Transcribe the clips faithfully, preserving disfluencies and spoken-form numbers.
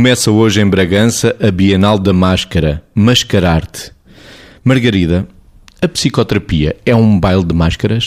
Começa hoje em Bragança a Bienal da Máscara, Mascararte. Margarida, a psicoterapia é um baile de máscaras?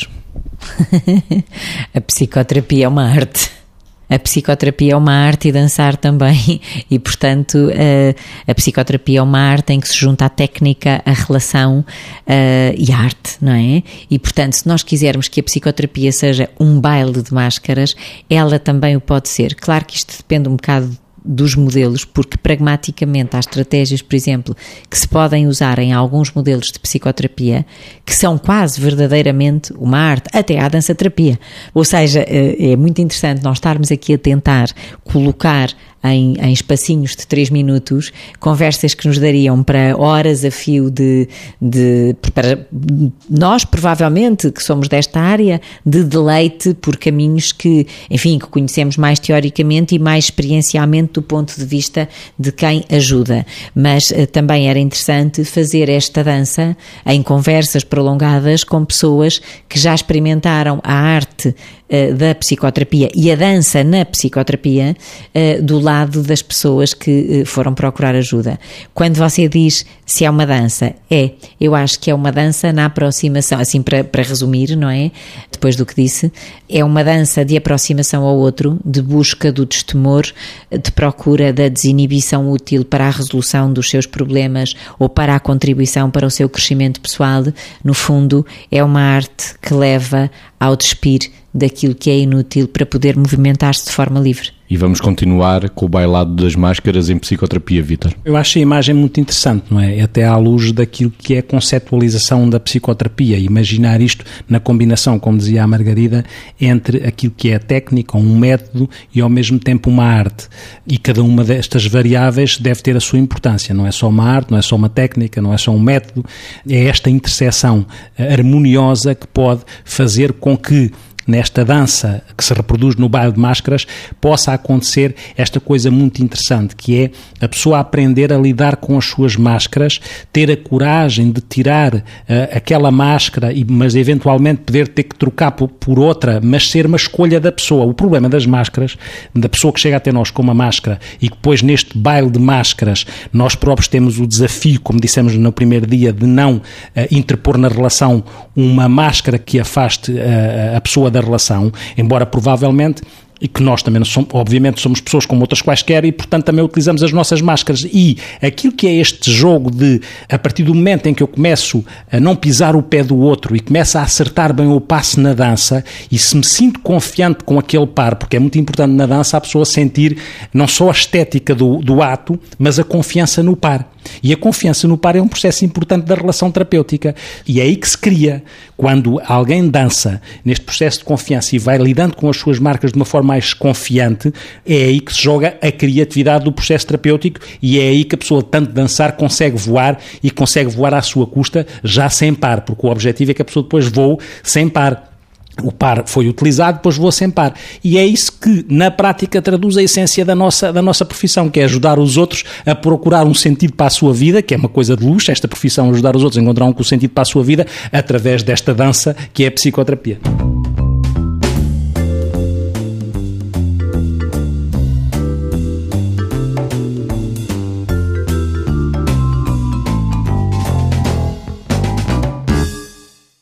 A psicoterapia é uma arte. A psicoterapia é uma arte e dançar também, e portanto a, a psicoterapia é uma arte em que se junta a técnica, a relação uh, e a arte, não é? E portanto, se nós quisermos que a psicoterapia seja um baile de máscaras, ela também o pode ser. Claro que isto depende um bocado dos modelos, porque pragmaticamente há estratégias, por exemplo, que se podem usar em alguns modelos de psicoterapia que são quase verdadeiramente uma arte, até à dança-terapia. Ou seja, é muito interessante nós estarmos aqui a tentar colocar em, em espacinhos de três minutos conversas que nos dariam para horas a fio de, de para nós, provavelmente, que somos desta área, de deleite por caminhos que, enfim, que conhecemos mais teoricamente e mais experiencialmente do ponto de vista de quem ajuda. Mas uh, também era interessante fazer esta dança em conversas prolongadas com pessoas que já experimentaram a arte uh, da psicoterapia e a dança na psicoterapia uh, do lado das pessoas que uh, foram procurar ajuda. Quando você diz se é uma dança, é, eu acho que é uma dança na aproximação, assim para, para resumir, não é? Depois do que disse, é uma dança de aproximação ao outro, de busca do destemor, de procura da desinibição útil para a resolução dos seus problemas ou para a contribuição para o seu crescimento pessoal. No fundo, é uma arte que leva ao despir daquilo que é inútil para poder movimentar-se de forma livre. E vamos continuar com o bailado das máscaras em psicoterapia, Vítor. Eu acho a imagem muito interessante, não é? Até à luz daquilo que é a conceptualização da psicoterapia. Imaginar isto na combinação, como dizia a Margarida, entre aquilo que é a técnica, um método e ao mesmo tempo uma arte. E cada uma destas variáveis deve ter a sua importância. Não é só uma arte, não é só uma técnica, não é só um método. É esta interseção harmoniosa que pode fazer com que nesta dança que se reproduz no baile de máscaras, possa acontecer esta coisa muito interessante, que é a pessoa aprender a lidar com as suas máscaras, ter a coragem de tirar uh, aquela máscara, e, mas eventualmente poder ter que trocar por, por outra, mas ser uma escolha da pessoa. O problema das máscaras, da pessoa que chega até nós com uma máscara e que depois neste baile de máscaras nós próprios temos o desafio, como dissemos no primeiro dia, de não uh, interpor na relação uma máscara que afaste uh, a pessoa da relação, embora provavelmente, e que nós também, somos, obviamente, somos pessoas como outras quaisquer e, portanto, também utilizamos as nossas máscaras. E aquilo que é este jogo de, a partir do momento em que eu começo a não pisar o pé do outro e começo a acertar bem o passo na dança, e se me sinto confiante com aquele par, porque é muito importante na dança a pessoa sentir não só a estética do, do ato, mas a confiança no par. E a confiança no par é um processo importante da relação terapêutica. E é aí que se cria, quando alguém dança neste processo de confiança e vai lidando com as suas marcas de uma forma mais confiante, é aí que se joga a criatividade do processo terapêutico, e é aí que a pessoa, tanto dançar, consegue voar, e consegue voar à sua custa, já sem par, porque o objetivo é que a pessoa depois voe sem par. O par foi utilizado, depois voa sem par. E é isso que, na prática, traduz a essência da nossa, da nossa profissão, que é ajudar os outros a procurar um sentido para a sua vida, que é uma coisa de luxo, esta profissão, ajudar os outros a encontrar um sentido para a sua vida, através desta dança que é a psicoterapia.